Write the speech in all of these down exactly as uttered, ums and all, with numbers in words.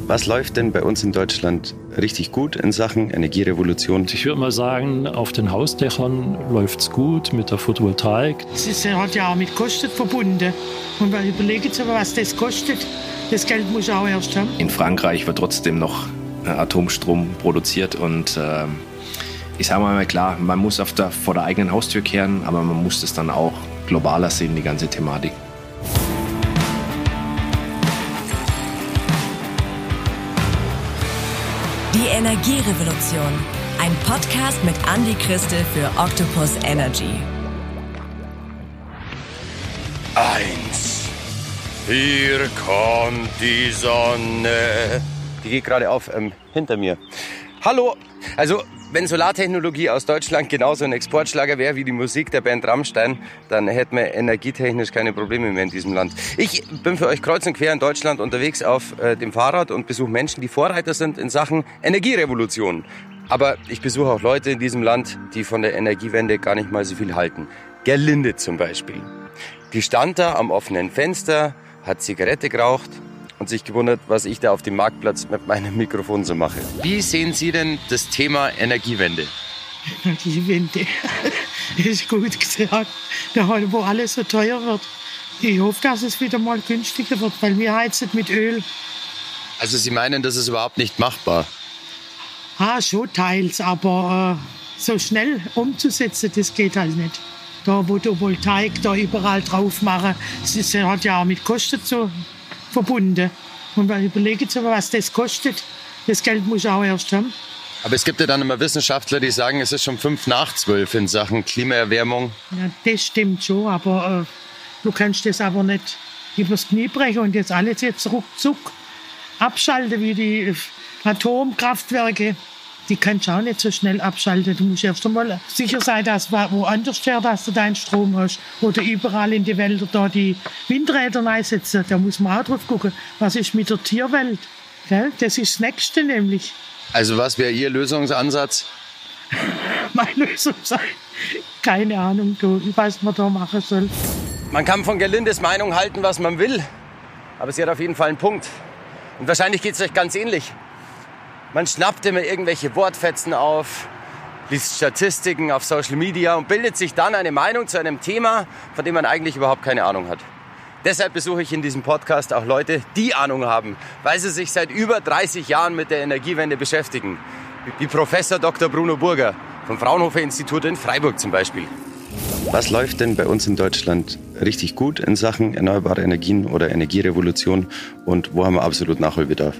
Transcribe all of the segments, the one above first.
Was läuft denn bei uns in Deutschland richtig gut in Sachen Energierevolution? Ich würde mal sagen, auf den Hausdächern läuft es gut mit der Photovoltaik. Das ist, hat ja auch mit Kosten verbunden. Und man überlegt sich, was das kostet. Das Geld muss auch erst haben. In Frankreich wird trotzdem noch Atomstrom produziert. Und äh, ich sage mal klar, man muss auf der, vor der eigenen Haustür kehren, aber man muss das dann auch globaler sehen, die ganze Thematik. Die Energierevolution. Ein Podcast mit Andi Christel für Octopus Energy. Eins. Hier kommt die Sonne. Die geht gerade auf, ähm, hinter mir. Hallo. Also, wenn Solartechnologie aus Deutschland genauso ein Exportschlager wäre wie die Musik der Band Rammstein, dann hätten wir energietechnisch keine Probleme mehr in diesem Land. Ich bin für euch kreuz und quer in Deutschland unterwegs auf äh, dem Fahrrad und besuche Menschen, die Vorreiter sind in Sachen Energierevolution. Aber ich besuche auch Leute in diesem Land, die von der Energiewende gar nicht mal so viel halten. Gerlinde zum Beispiel. Die stand da am offenen Fenster, hat Zigarette geraucht und sich gewundert, was ich da auf dem Marktplatz mit meinem Mikrofon so mache. Wie sehen Sie denn das Thema Energiewende? Energiewende, das ist gut gesagt. Da, wo alles so teuer wird. Ich hoffe, dass es wieder mal günstiger wird, weil wir heizen mit Öl. Also Sie meinen, das ist überhaupt nicht machbar? Ah, schon teils, aber äh, so schnell umzusetzen, das geht halt nicht. Da Photovoltaik da überall drauf machen, das ist, hat ja auch mit Kosten so verbunden. Und man überlegt sich, was das kostet. Das Geld muss auch erst haben. Aber es gibt ja dann immer Wissenschaftler, die sagen, es ist schon fünf nach zwölf in Sachen Klimaerwärmung. Ja, das stimmt schon, aber äh, du kannst das aber nicht übers Knie brechen und jetzt alles jetzt ruckzuck abschalten wie die Atomkraftwerke. Die kannst du auch nicht so schnell abschalten. Du musst erst einmal sicher sein, dass woanders her, dass du deinen Strom hast. Oder überall in die Wälder da die Windräder einsetzen. Da muss man auch drauf gucken. Was ist mit der Tierwelt? Gell? Das ist das Nächste nämlich. Also was wäre Ihr Lösungsansatz? Mein Lösungsansatz? Keine Ahnung, du, was man da machen soll. Man kann von Gerlindes Meinung halten, was man will. Aber sie hat auf jeden Fall einen Punkt. Und wahrscheinlich geht es euch ganz ähnlich. Man schnappt immer irgendwelche Wortfetzen auf, liest Statistiken auf Social Media und bildet sich dann eine Meinung zu einem Thema, von dem man eigentlich überhaupt keine Ahnung hat. Deshalb besuche ich in diesem Podcast auch Leute, die Ahnung haben, weil sie sich seit über dreißig Jahren mit der Energiewende beschäftigen. Wie Professor Doktor Bruno Burger vom Fraunhofer Institut in Freiburg zum Beispiel. Was läuft denn bei uns in Deutschland richtig gut in Sachen erneuerbare Energien oder Energierevolution und wo haben wir absolut Nachholbedarf?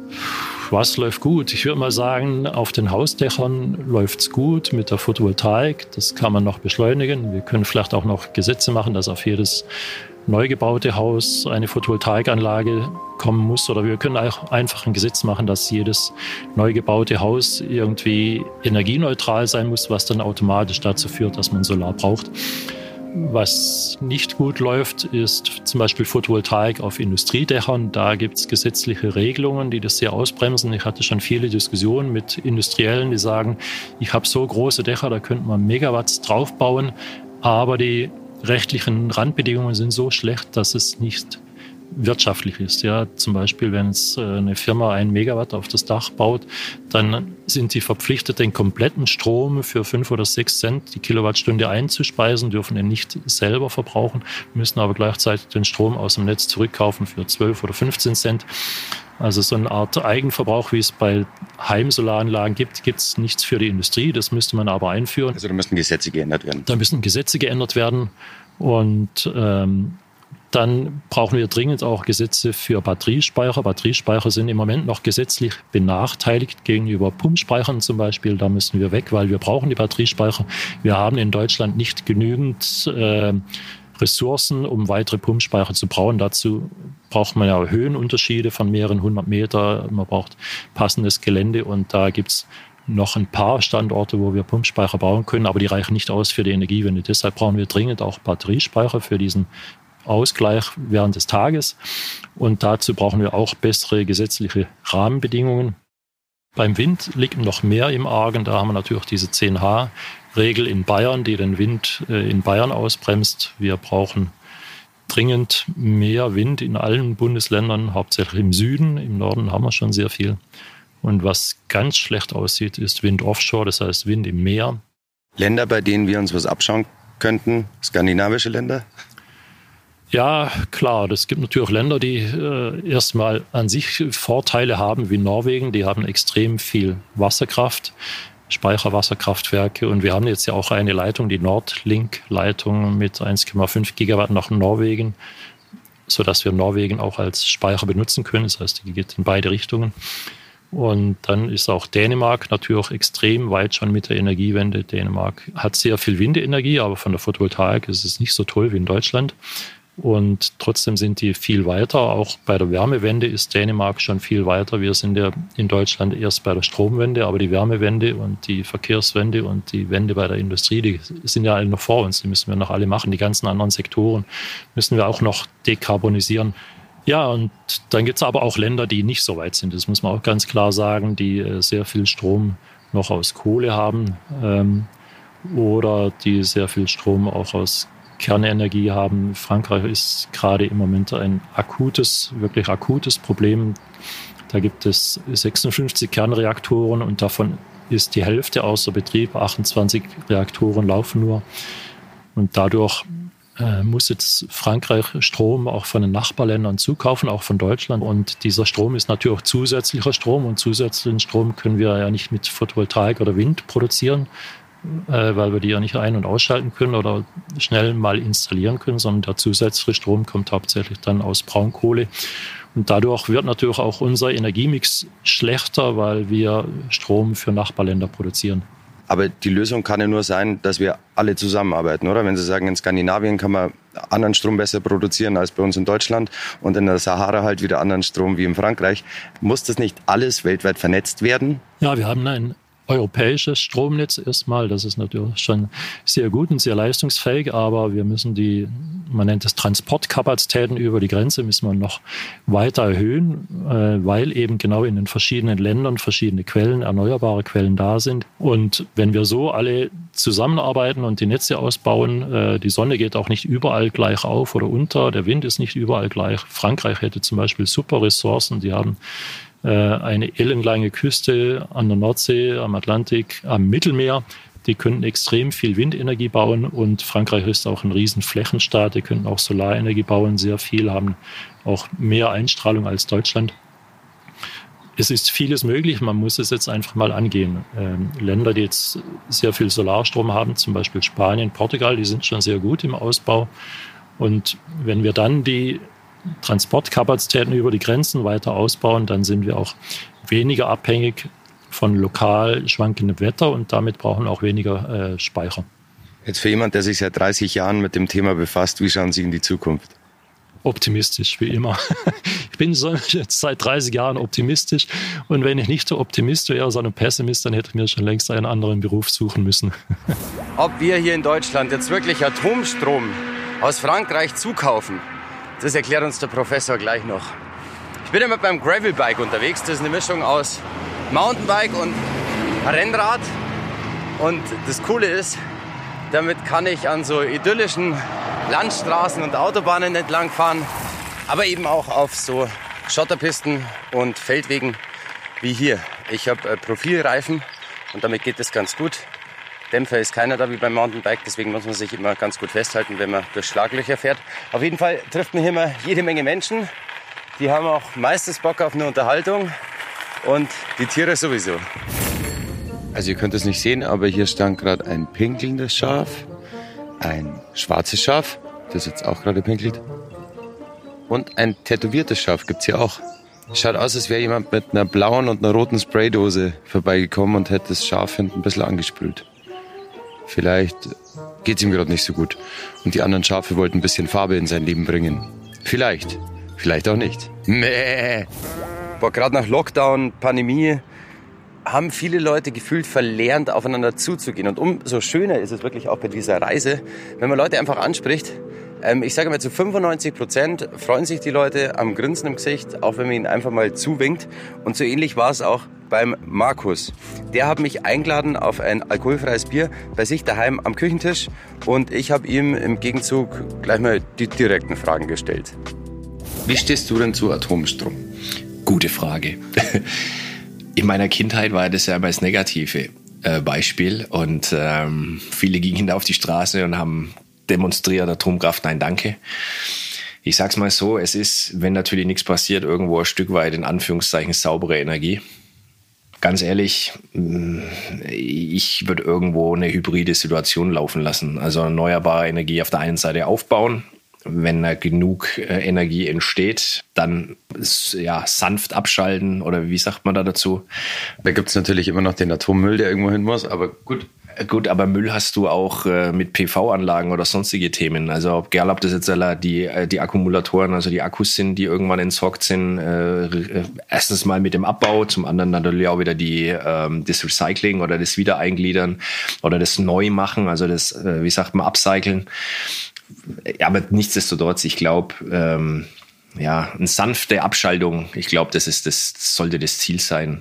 Was läuft gut? Ich würde mal sagen, auf den Hausdächern läuft es gut mit der Photovoltaik. Das kann man noch beschleunigen. Wir können vielleicht auch noch Gesetze machen, dass auf jedes neu gebaute Haus eine Photovoltaikanlage kommen muss. Oder wir können auch einfach ein Gesetz machen, dass jedes neu gebaute Haus irgendwie energieneutral sein muss, was dann automatisch dazu führt, dass man Solar braucht. Was nicht gut läuft, ist zum Beispiel Photovoltaik auf Industriedächern. Da gibt es gesetzliche Regelungen, die das sehr ausbremsen. Ich hatte schon viele Diskussionen mit Industriellen, die sagen, ich habe so große Dächer, da könnte man Megawatts draufbauen, aber die rechtlichen Randbedingungen sind so schlecht, dass es nicht wirtschaftlich ist. Ja, zum Beispiel, wenn es eine Firma ein Megawatt auf das Dach baut, dann sind sie verpflichtet, den kompletten Strom für fünf oder sechs Cent die Kilowattstunde einzuspeisen, dürfen den nicht selber verbrauchen, müssen aber gleichzeitig den Strom aus dem Netz zurückkaufen für zwölf oder fünfzehn Cent. Also so eine Art Eigenverbrauch, wie es bei Heimsolaranlagen gibt, gibt es nichts für die Industrie. Das müsste man aber einführen. Also da müssen Gesetze geändert werden. Da müssen Gesetze geändert werden und ähm, dann brauchen wir dringend auch Gesetze für Batteriespeicher. Batteriespeicher sind im Moment noch gesetzlich benachteiligt gegenüber Pumpspeichern zum Beispiel. Da müssen wir weg, weil wir brauchen die Batteriespeicher. Wir haben in Deutschland nicht genügend äh, Ressourcen, um weitere Pumpspeicher zu bauen. Dazu braucht man ja Höhenunterschiede von mehreren hundert Meter. Man braucht passendes Gelände und da gibt's noch ein paar Standorte, wo wir Pumpspeicher bauen können, aber die reichen nicht aus für die Energiewende. Deshalb brauchen wir dringend auch Batteriespeicher für diesen Ausgleich während des Tages. Und dazu brauchen wir auch bessere gesetzliche Rahmenbedingungen. Beim Wind liegt noch mehr im Argen. Da haben wir natürlich diese zehn H-Regel in Bayern, die den Wind in Bayern ausbremst. Wir brauchen dringend mehr Wind in allen Bundesländern, hauptsächlich im Süden. Im Norden haben wir schon sehr viel. Und was ganz schlecht aussieht, ist Wind offshore, das heißt Wind im Meer. Länder, bei denen wir uns was abschauen könnten, skandinavische Länder? Ja, klar. Es gibt natürlich auch Länder, die äh, erstmal an sich Vorteile haben, wie Norwegen. Die haben extrem viel Wasserkraft, Speicherwasserkraftwerke. Und wir haben jetzt ja auch eine Leitung, die Nordlink-Leitung mit eins Komma fünf Gigawatt nach Norwegen, sodass wir Norwegen auch als Speicher benutzen können. Das heißt, die geht in beide Richtungen. Und dann ist auch Dänemark natürlich extrem weit schon mit der Energiewende. Dänemark hat sehr viel Windenergie, aber von der Photovoltaik ist es nicht so toll wie in Deutschland. Und trotzdem sind die viel weiter. Auch bei der Wärmewende ist Dänemark schon viel weiter. Wir sind ja in Deutschland erst bei der Stromwende, aber die Wärmewende und die Verkehrswende und die Wende bei der Industrie, die sind ja alle noch vor uns. Die müssen wir noch alle machen. Die ganzen anderen Sektoren müssen wir auch noch dekarbonisieren. Ja, und dann gibt es aber auch Länder, die nicht so weit sind. Das muss man auch ganz klar sagen, die sehr viel Strom noch aus Kohle haben ähm, oder die sehr viel Strom auch aus Kernenergie haben. Frankreich ist gerade im Moment ein akutes, wirklich akutes Problem. Da gibt es sechsundfünfzig Kernreaktoren und davon ist die Hälfte außer Betrieb. achtundzwanzig Reaktoren laufen nur. Und dadurch äh, muss jetzt Frankreich Strom auch von den Nachbarländern zukaufen, auch von Deutschland. Und dieser Strom ist natürlich zusätzlicher Strom. Und zusätzlichen Strom können wir ja nicht mit Photovoltaik oder Wind produzieren, weil wir die ja nicht ein- und ausschalten können oder schnell mal installieren können, sondern der zusätzliche Strom kommt hauptsächlich dann aus Braunkohle. Und dadurch wird natürlich auch unser Energiemix schlechter, weil wir Strom für Nachbarländer produzieren. Aber die Lösung kann ja nur sein, dass wir alle zusammenarbeiten, oder? Wenn Sie sagen, in Skandinavien kann man anderen Strom besser produzieren als bei uns in Deutschland und in der Sahara halt wieder anderen Strom wie in Frankreich. Muss das nicht alles weltweit vernetzt werden? Ja, wir haben ein europäisches Stromnetz erstmal, das ist natürlich schon sehr gut und sehr leistungsfähig, aber wir müssen die, man nennt es Transportkapazitäten über die Grenze, müssen wir noch weiter erhöhen, weil eben genau in den verschiedenen Ländern verschiedene Quellen, erneuerbare Quellen da sind. Und wenn wir so alle zusammenarbeiten und die Netze ausbauen, die Sonne geht auch nicht überall gleich auf oder unter, der Wind ist nicht überall gleich. Frankreich hätte zum Beispiel super Ressourcen, die haben eine ellenlange Küste an der Nordsee, am Atlantik, am Mittelmeer. Die könnten extrem viel Windenergie bauen und Frankreich ist auch ein riesen Flächenstaat. Die könnten auch Solarenergie bauen, sehr viel, haben auch mehr Einstrahlung als Deutschland. Es ist vieles möglich, man muss es jetzt einfach mal angehen. Ähm, Länder, die jetzt sehr viel Solarstrom haben, zum Beispiel Spanien, Portugal, die sind schon sehr gut im Ausbau. Und wenn wir dann die Transportkapazitäten über die Grenzen weiter ausbauen, dann sind wir auch weniger abhängig von lokal schwankendem Wetter und damit brauchen wir auch weniger äh, Speicher. Jetzt für jemand, der sich seit dreißig Jahren mit dem Thema befasst, wie schauen Sie in die Zukunft? Optimistisch, wie immer. Ich bin so jetzt seit dreißig Jahren optimistisch und wenn ich nicht so Optimist wäre, sondern Pessimist, dann hätte ich mir schon längst einen anderen Beruf suchen müssen. Ob wir hier in Deutschland jetzt wirklich Atomstrom aus Frankreich zukaufen, das erklärt uns der Professor gleich noch. Ich bin ja mit meinem Gravelbike unterwegs. Das ist eine Mischung aus Mountainbike und Rennrad. Und das Coole ist, damit kann ich an so idyllischen Landstraßen und Autobahnen entlang fahren, aber eben auch auf so Schotterpisten und Feldwegen wie hier. Ich habe äh, Profilreifen und damit geht es ganz gut. Dämpfer ist keiner da wie beim Mountainbike, deswegen muss man sich immer ganz gut festhalten, wenn man durch Schlaglöcher fährt. Auf jeden Fall trifft man hier mal jede Menge Menschen. Die haben auch meistens Bock auf eine Unterhaltung und die Tiere sowieso. Also ihr könnt es nicht sehen, aber hier stand gerade ein pinkelndes Schaf, ein schwarzes Schaf, das jetzt auch gerade pinkelt, und ein tätowiertes Schaf gibt's hier auch. Schaut aus, als wäre jemand mit einer blauen und einer roten Spraydose vorbeigekommen und hätte das Schaf hinten ein bisschen angesprüht. Vielleicht geht's ihm gerade nicht so gut. Und die anderen Schafe wollten ein bisschen Farbe in sein Leben bringen. Vielleicht. Vielleicht auch nicht. Mäh. Boah, gerade nach Lockdown, Pandemie, haben viele Leute gefühlt verlernt, aufeinander zuzugehen. Und umso schöner ist es wirklich auch bei dieser Reise, wenn man Leute einfach anspricht. Ähm, ich sage mal, zu fünfundneunzig Prozent freuen sich die Leute am Grinsen im Gesicht, auch wenn man ihnen einfach mal zuwinkt. Und so ähnlich war es auch beim Markus. Der hat mich eingeladen auf ein alkoholfreies Bier bei sich daheim am Küchentisch und ich habe ihm im Gegenzug gleich mal die direkten Fragen gestellt. Wie stehst du denn zu Atomstrom? Gute Frage. In meiner Kindheit war das ja immer das negative äh, Beispiel und ähm, viele gingen da auf die Straße und haben demonstriert, Atomkraft, nein, danke. Ich sag's mal so, es ist, wenn natürlich nichts passiert, irgendwo ein Stück weit in Anführungszeichen saubere Energie. Ganz ehrlich, ich würde irgendwo eine hybride Situation laufen lassen. Also erneuerbare Energie auf der einen Seite aufbauen, wenn da genug Energie entsteht, dann ja, sanft abschalten oder wie sagt man da dazu? Da gibt's natürlich immer noch den Atommüll, der irgendwo hin muss, aber gut. Gut, aber Müll hast du auch äh, mit P V-Anlagen oder sonstige Themen. Also egal, ob das jetzt die, die Akkumulatoren, also die Akkus sind, die irgendwann entsorgt sind. Äh, erstens mal mit dem Abbau, zum anderen natürlich auch wieder die, ähm, das Recycling oder das Wiedereingliedern oder das Neumachen, also das, äh, wie sagt man, Upcyclen. Aber nichtsdestotrotz, ich glaube, ähm, ja, eine sanfte Abschaltung, ich glaube, das ist das, das sollte das Ziel sein.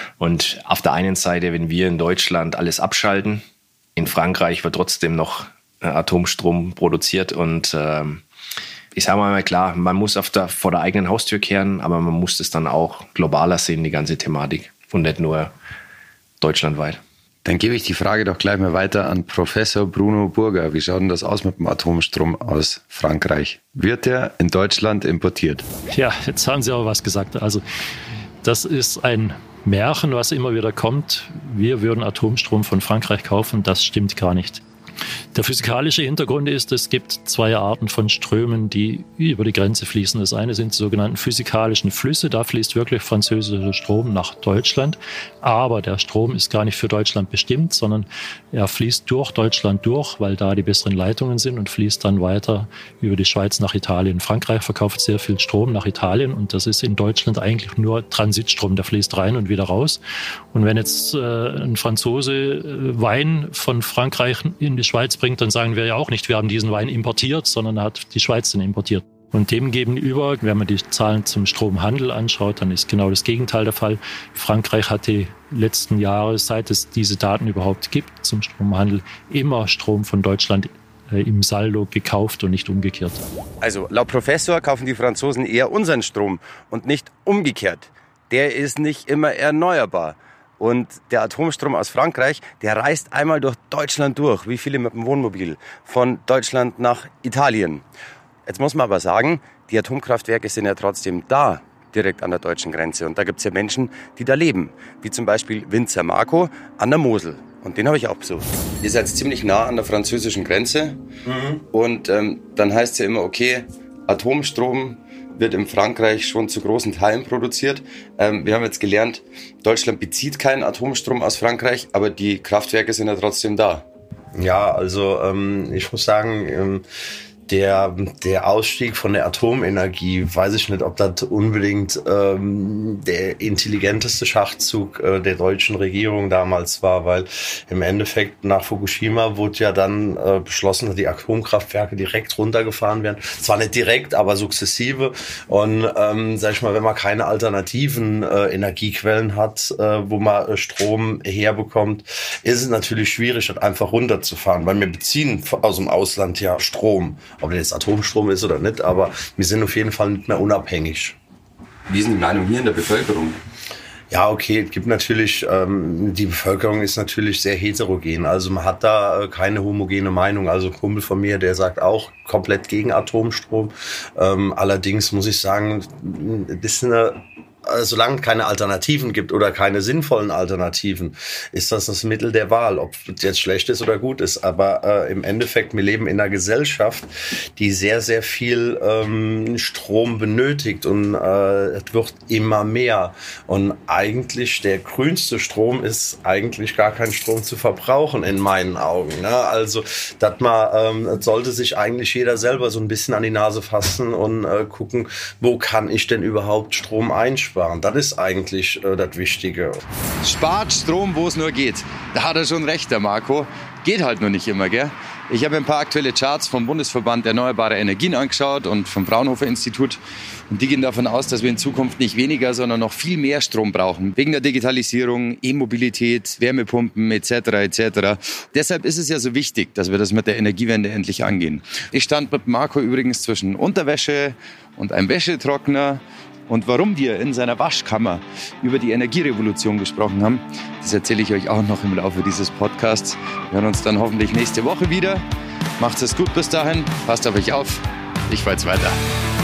Und auf der einen Seite, wenn wir in Deutschland alles abschalten, in Frankreich wird trotzdem noch Atomstrom produziert und ähm, ich sage mal klar, man muss auf der, vor der eigenen Haustür kehren, aber man muss das dann auch globaler sehen, die ganze Thematik und nicht nur deutschlandweit. Dann gebe ich die Frage doch gleich mal weiter an Professor Bruno Burger. Wie schaut denn das aus mit dem Atomstrom aus Frankreich? Wird der in Deutschland importiert? Ja, jetzt haben Sie aber was gesagt. Also das ist ein Märchen, was immer wieder kommt. Wir würden Atomstrom von Frankreich kaufen. Das stimmt gar nicht. Der physikalische Hintergrund ist, es gibt zwei Arten von Strömen, die über die Grenze fließen. Das eine sind die sogenannten physikalischen Flüsse. Da fließt wirklich französischer Strom nach Deutschland. Aber der Strom ist gar nicht für Deutschland bestimmt, sondern er fließt durch Deutschland durch, weil da die besseren Leitungen sind und fließt dann weiter über die Schweiz nach Italien. Frankreich verkauft sehr viel Strom nach Italien und das ist in Deutschland eigentlich nur Transitstrom. Der fließt rein und wieder raus. Und wenn jetzt äh, ein Franzose äh, Wein von Frankreich in die Schweiz bringt, dann sagen wir ja auch nicht, wir haben diesen Wein importiert, sondern hat die Schweiz den importiert. Und dem gegenüber, wenn man die Zahlen zum Stromhandel anschaut, dann ist genau das Gegenteil der Fall. Frankreich hat die letzten Jahre, seit es diese Daten überhaupt gibt zum Stromhandel, immer Strom von Deutschland äh, im Saldo gekauft und nicht umgekehrt. Also laut Professor kaufen die Franzosen eher unseren Strom und nicht umgekehrt. Der ist nicht immer erneuerbar. Und der Atomstrom aus Frankreich, der reist einmal durch Deutschland durch, wie viele mit dem Wohnmobil, von Deutschland nach Italien. Jetzt muss man aber sagen, die Atomkraftwerke sind ja trotzdem da, direkt an der deutschen Grenze. Und da gibt's ja Menschen, die da leben, wie zum Beispiel Winzer Marco an der Mosel. Und den habe ich auch besucht. Ihr seid ziemlich nah an der französischen Grenze. Mhm. Und ähm, dann heißt es ja immer, okay, Atomstrom wird in Frankreich schon zu großen Teilen produziert. Ähm, wir haben jetzt gelernt, Deutschland bezieht keinen Atomstrom aus Frankreich, aber die Kraftwerke sind ja trotzdem da. Ja, also ähm, ich muss sagen, ähm, der der Ausstieg von der Atomenergie, weiß ich nicht, ob das unbedingt ähm, der intelligenteste Schachzug äh, der deutschen Regierung damals war, weil im Endeffekt nach Fukushima wurde ja dann äh, beschlossen, dass die Atomkraftwerke direkt runtergefahren werden. Zwar nicht direkt, aber sukzessive. Und ähm, sag ich mal, wenn man keine alternativen äh, Energiequellen hat, äh, wo man äh, Strom herbekommt, ist es natürlich schwierig, das einfach runterzufahren, weil wir beziehen aus dem Ausland ja Strom. Ob das jetzt Atomstrom ist oder nicht, aber wir sind auf jeden Fall nicht mehr unabhängig. Wie ist denn die Meinung hier in der Bevölkerung? Ja, okay, es gibt natürlich, ähm, die Bevölkerung ist natürlich sehr heterogen. Also man hat da äh, keine homogene Meinung. Also ein Kumpel von mir, der sagt auch komplett gegen Atomstrom. Ähm, allerdings muss ich sagen, das ist eine solange es keine Alternativen gibt oder keine sinnvollen Alternativen, ist das das Mittel der Wahl, ob es jetzt schlecht ist oder gut ist. Aber äh, im Endeffekt, wir leben in einer Gesellschaft, die sehr, sehr viel ähm, Strom benötigt und äh, es wird immer mehr. Und eigentlich der grünste Strom ist eigentlich gar kein Strom zu verbrauchen in meinen Augen. Ne? Also, dass man ähm, sollte sich eigentlich jeder selber so ein bisschen an die Nase fassen und äh, gucken, wo kann ich denn überhaupt Strom einsparen? sparen. Das ist eigentlich äh, das Wichtige. Spart Strom, wo es nur geht. Da hat er schon recht, der Marco. Geht halt nur nicht immer, gell? Ich habe ein paar aktuelle Charts vom Bundesverband Erneuerbare Energien angeschaut und vom Fraunhofer Institut. Und die gehen davon aus, dass wir in Zukunft nicht weniger, sondern noch viel mehr Strom brauchen. Wegen der Digitalisierung, E-Mobilität, Wärmepumpen et cetera et cetera. Deshalb ist es ja so wichtig, dass wir das mit der Energiewende endlich angehen. Ich stand mit Marco übrigens zwischen Unterwäsche und einem Wäschetrockner. Und warum wir in seiner Waschkammer über die Energierevolution gesprochen haben, das erzähle ich euch auch noch im Laufe dieses Podcasts. Wir hören uns dann hoffentlich nächste Woche wieder. Macht's es gut bis dahin, passt auf euch auf. Ich fahr jetzt weiter.